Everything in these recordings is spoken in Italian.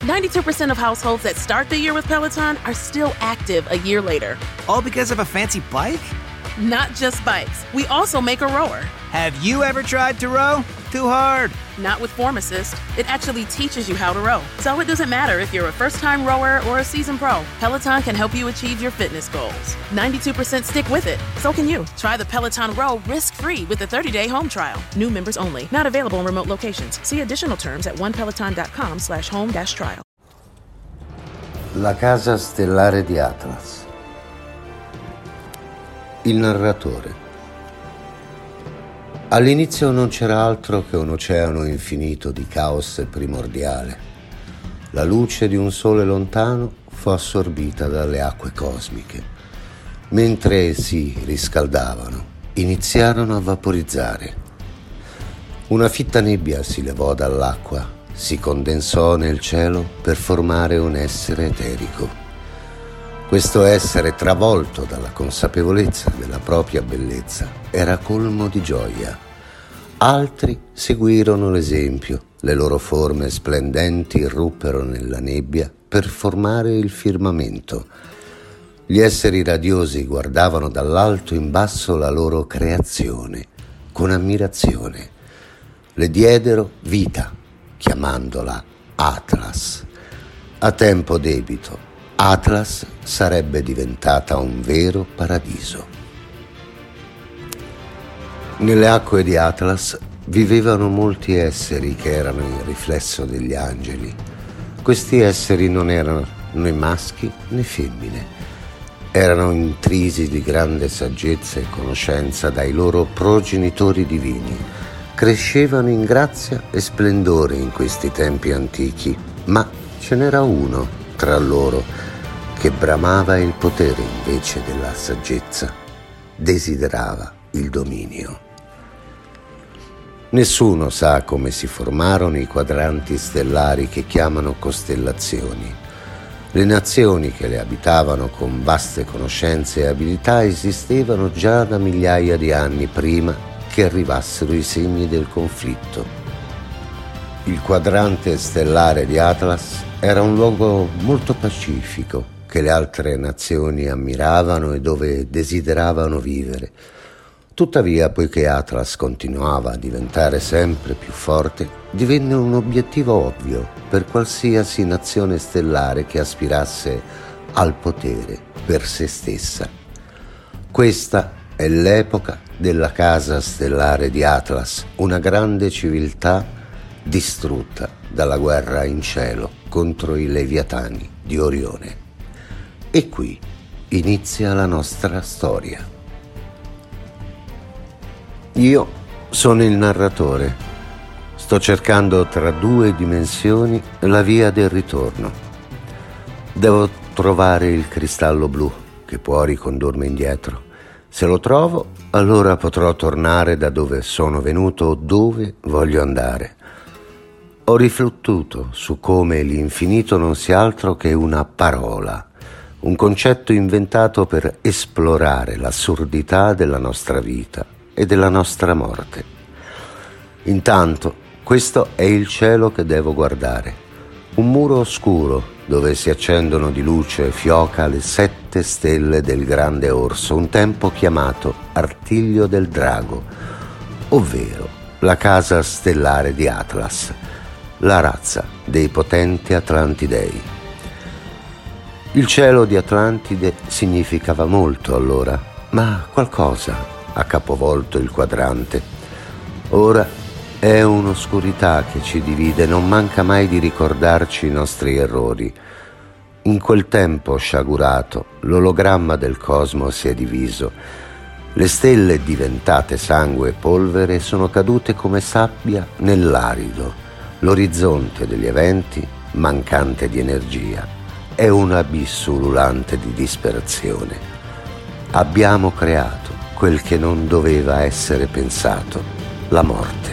92% of households that start the year with Peloton are still active a year later. All because of a fancy bike? Not just bikes. We also make a rower. Have you ever tried to row? Too hard. Not with Form Assist. It actually teaches you how to row. So it doesn't matter if you're a first-time rower or a seasoned pro. Peloton can help you achieve your fitness goals. 92% stick with it. So can you. Try the Peloton Row risk-free with a 30-day home trial. New members only. Not available in remote locations. See additional terms at onepeloton.com/home-trial. La casa stellare di Atlas. Il narratore. All'inizio non c'era altro che un oceano infinito di caos primordiale. La luce di un sole lontano fu assorbita dalle acque cosmiche. Mentre si riscaldavano, iniziarono a vaporizzare. Una fitta nebbia si levò dall'acqua, si condensò nel cielo per formare un essere eterico. Questo essere, travolto dalla consapevolezza della propria bellezza, era colmo di gioia. Altri seguirono l'esempio. Le loro forme splendenti irruppero nella nebbia per formare il firmamento. Gli esseri radiosi guardavano dall'alto in basso la loro creazione con ammirazione. Le diedero vita, chiamandola Atlas. A tempo debito, Atlas sarebbe diventata un vero paradiso. Nelle acque di Atlas vivevano molti esseri che erano il riflesso degli angeli. Questi esseri non erano né maschi né femmine. Erano intrisi di grande saggezza e conoscenza dai loro progenitori divini. Crescevano in grazia e splendore in questi tempi antichi, ma ce n'era uno tra loro che bramava il potere invece della saggezza, desiderava il dominio. Nessuno sa come si formarono i quadranti stellari che chiamano costellazioni. Le nazioni che le abitavano con vaste conoscenze e abilità esistevano già da migliaia di anni prima che arrivassero i segni del conflitto. Il quadrante stellare di Atlas era un luogo molto pacifico, che le altre nazioni ammiravano e dove desideravano vivere. Tuttavia, poiché Atlas continuava a diventare sempre più forte, divenne un obiettivo ovvio per qualsiasi nazione stellare che aspirasse al potere per se stessa. Questa è l'epoca della casa stellare di Atlas, una grande civiltà distrutta dalla guerra in cielo contro i Leviatani di Orione. E qui inizia la nostra storia. Io sono il narratore. Sto cercando tra due dimensioni la via del ritorno. Devo trovare il cristallo blu che può ricondurmi indietro. Se lo trovo, allora potrò tornare da dove sono venuto o dove voglio andare. Ho riflettuto su come l'infinito non sia altro che una parola, un concetto inventato per esplorare l'assurdità della nostra vita e della nostra morte. Intanto, questo è il cielo che devo guardare, un muro oscuro dove si accendono di luce fioca le 7 stelle del grande orso, un tempo chiamato Artiglio del Drago, ovvero la casa stellare di Atlas, la razza dei potenti Atlantidei. Il cielo di Atlantide significava molto allora, ma qualcosa ha capovolto il quadrante. Ora è un'oscurità che ci divide, non manca mai di ricordarci i nostri errori. In quel tempo sciagurato, l'ologramma del cosmo si è diviso. Le stelle diventate sangue e polvere sono cadute come sabbia nell'arido. L'orizzonte degli eventi, mancante di energia, è un abisso ululante di disperazione. Abbiamo creato quel che non doveva essere pensato, la morte.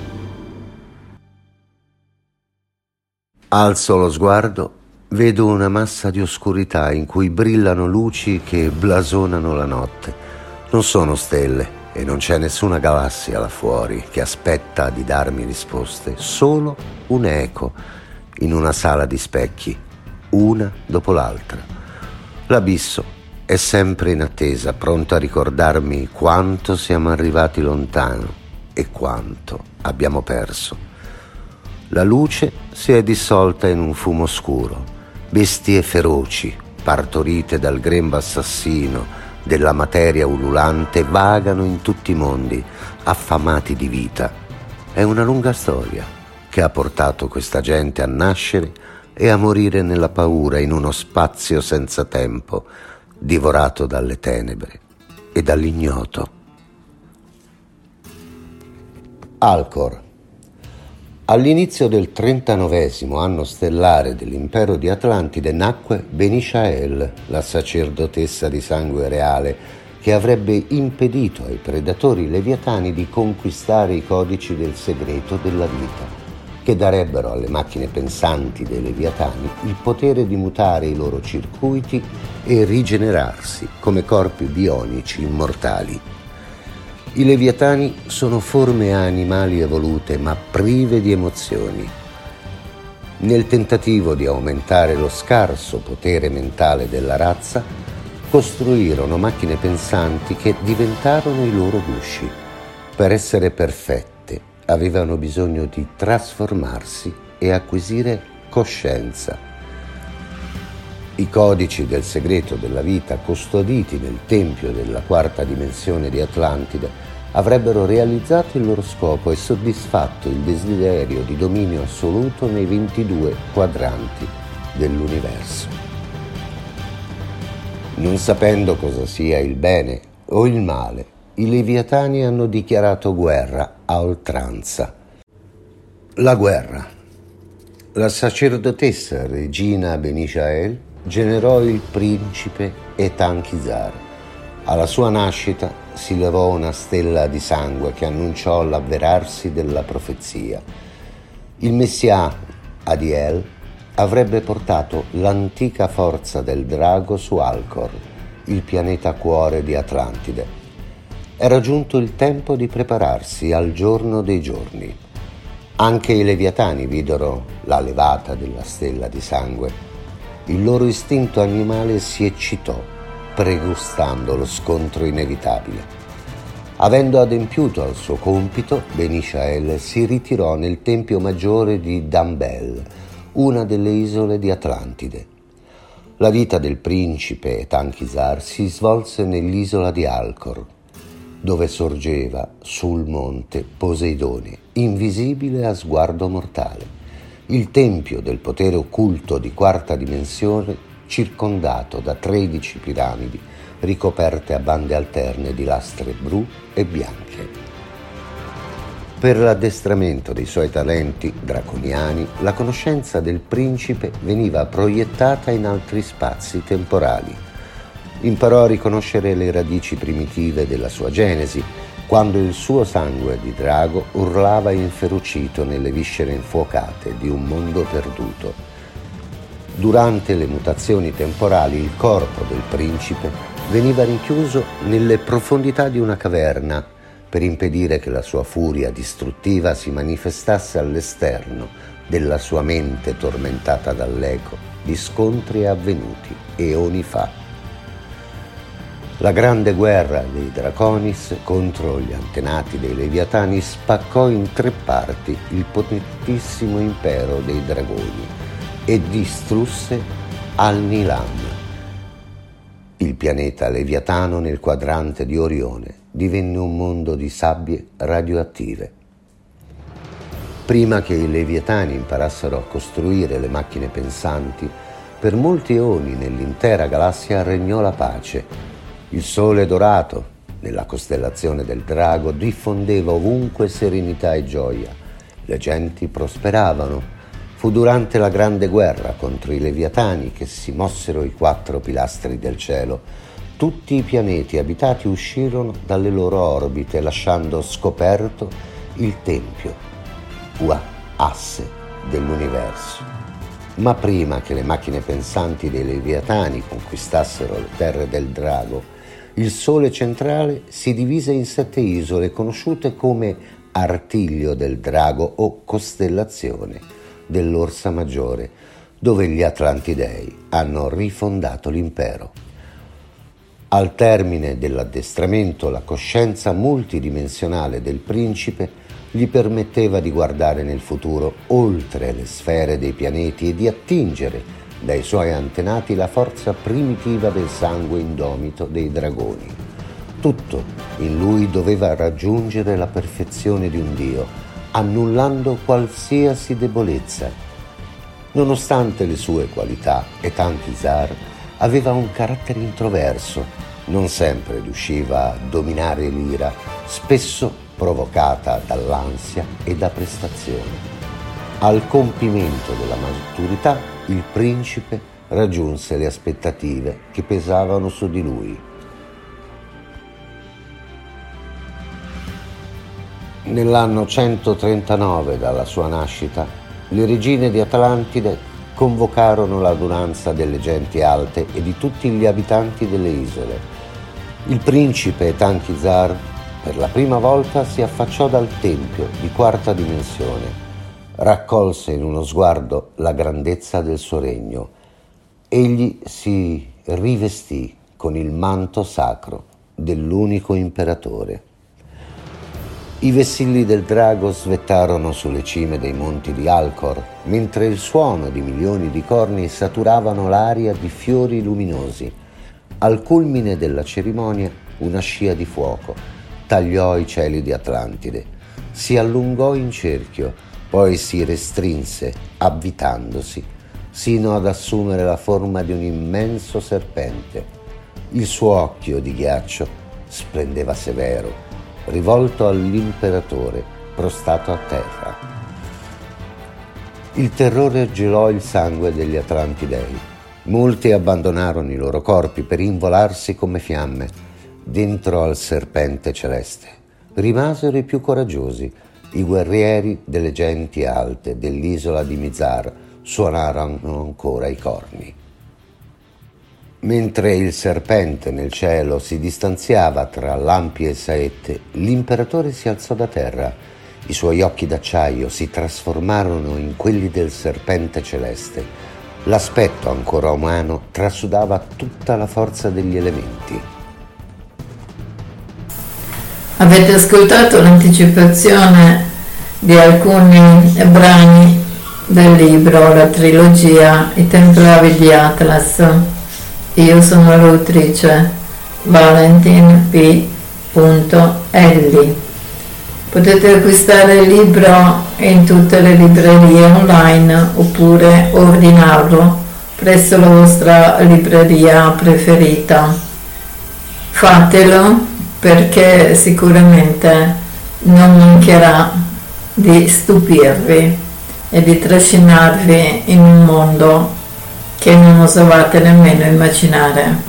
Alzo lo sguardo, vedo una massa di oscurità in cui brillano luci che blasonano la notte. Non sono stelle e non c'è nessuna galassia là fuori che aspetta di darmi risposte, solo un eco, in una sala di specchi, una dopo l'altra. L'abisso è sempre in attesa, pronto a ricordarmi quanto siamo arrivati lontano e quanto abbiamo perso. La luce si è dissolta in un fumo scuro, bestie feroci, partorite dal grembo assassino della materia ululante, vagano in tutti i mondi, affamati di vita. È una lunga storia che ha portato questa gente a nascere e a morire nella paura in uno spazio senza tempo, divorato dalle tenebre e dall'ignoto. Alcor. All'inizio del 39° anno stellare dell'impero di Atlantide nacque Benishael, la sacerdotessa di sangue reale, che avrebbe impedito ai predatori leviatani di conquistare i codici del segreto della vita, che darebbero alle macchine pensanti dei leviatani il potere di mutare i loro circuiti e rigenerarsi come corpi bionici immortali. I leviatani sono forme animali evolute ma prive di emozioni. Nel tentativo di aumentare lo scarso potere mentale della razza, costruirono macchine pensanti che diventarono i loro gusci. Per essere perfette, avevano bisogno di trasformarsi e acquisire coscienza. I codici del segreto della vita, custoditi nel tempio della quarta dimensione di Atlantide, avrebbero realizzato il loro scopo e soddisfatto il desiderio di dominio assoluto nei 22 quadranti dell'universo. Non sapendo cosa sia il bene o il male, i leviatani hanno dichiarato guerra a oltranza. La guerra. La sacerdotessa regina Benishael generò il principe Etankizar. Alla sua nascita si levò una stella di sangue che annunciò l'avverarsi della profezia. Il Messia Adiel avrebbe portato l'antica forza del drago su Alcor, il pianeta cuore di Atlantide. Era giunto il tempo di prepararsi al giorno dei giorni. Anche i leviatani videro la levata della stella di sangue. Il loro istinto animale si eccitò, pregustando lo scontro inevitabile. Avendo adempiuto al suo compito, Benishael si ritirò nel tempio maggiore di Dambel, una delle isole di Atlantide. La vita del principe Etankizar si svolse nell'isola di Alcor, dove sorgeva sul monte Poseidone, invisibile a sguardo mortale. Il tempio del potere occulto di quarta dimensione, circondato da 13 piramidi ricoperte a bande alterne di lastre blu e bianche. Per l'addestramento dei suoi talenti draconiani, la conoscenza del principe veniva proiettata in altri spazi temporali. Imparò a riconoscere le radici primitive della sua genesi, quando il suo sangue di drago urlava inferocito nelle viscere infuocate di un mondo perduto. Durante le mutazioni temporali il corpo del principe veniva rinchiuso nelle profondità di una caverna per impedire che la sua furia distruttiva si manifestasse all'esterno della sua mente tormentata dall'eco di scontri avvenuti eoni fa. La grande guerra dei Draconis contro gli antenati dei Leviatani spaccò in 3 parti il potentissimo impero dei dragoni e distrusse Al-Nilam. Il pianeta Leviatano nel quadrante di Orione divenne un mondo di sabbie radioattive. Prima che i Leviatani imparassero a costruire le macchine pensanti, per molti eoni nell'intera galassia regnò la pace. Il sole dorato, nella costellazione del drago, diffondeva ovunque serenità e gioia. Le genti prosperavano. Fu durante la grande guerra contro i Leviatani che si mossero i 4 pilastri del cielo. Tutti i pianeti abitati uscirono dalle loro orbite, lasciando scoperto il tempio, asse dell'universo. Ma prima che le macchine pensanti dei Leviatani conquistassero le terre del drago, il Sole centrale si divise in 7 isole conosciute come Artiglio del Drago o Costellazione, dell'Orsa Maggiore, dove gli Atlantidei hanno rifondato l'impero. Al termine dell'addestramento, la coscienza multidimensionale del principe gli permetteva di guardare nel futuro oltre le sfere dei pianeti e di attingere dai suoi antenati la forza primitiva del sangue indomito dei dragoni. Tutto in lui doveva raggiungere la perfezione di un dio, annullando qualsiasi debolezza. Nonostante le sue qualità, Etankizar aveva un carattere introverso, non sempre riusciva a dominare l'ira, spesso provocata dall'ansia e da prestazione. Al compimento della maturità, il principe raggiunse le aspettative che pesavano su di lui. Nell'anno 139 dalla sua nascita, le regine di Atlantide convocarono l'adunanza delle genti alte e di tutti gli abitanti delle isole. Il principe Etankizar per la prima volta si affacciò dal tempio di quarta dimensione. Raccolse in uno sguardo la grandezza del suo regno. Egli si rivestì con il manto sacro dell'unico imperatore. I vessilli del drago svettarono sulle cime dei monti di Alcor, mentre il suono di milioni di corni saturavano l'aria di fiori luminosi. Al culmine della cerimonia, una scia di fuoco tagliò i cieli di Atlantide, si allungò in cerchio, poi si restrinse, avvitandosi, sino ad assumere la forma di un immenso serpente. Il suo occhio di ghiaccio splendeva severo, rivolto all'imperatore prostrato a terra. Il terrore gelò il sangue degli Atlantidei. Molti abbandonarono i loro corpi per involarsi come fiamme dentro al serpente celeste. Rimasero i più coraggiosi. I guerrieri delle genti alte dell'isola di Mizar suonarono ancora i corni. Mentre il serpente nel cielo si distanziava tra lampi e saette, l'imperatore si alzò da terra. I suoi occhi d'acciaio si trasformarono in quelli del serpente celeste. L'aspetto ancora umano trasudava tutta la forza degli elementi. Avete ascoltato l'anticipazione di alcuni brani del libro, la trilogia I Templari di Atlas. Io sono l'autrice Valentin P. Elli. Potete acquistare il libro in tutte le librerie online oppure ordinarlo presso la vostra libreria preferita. Fatelo, perché sicuramente non mancherà di stupirvi e di trascinarvi in un mondo che non osavate nemmeno immaginare.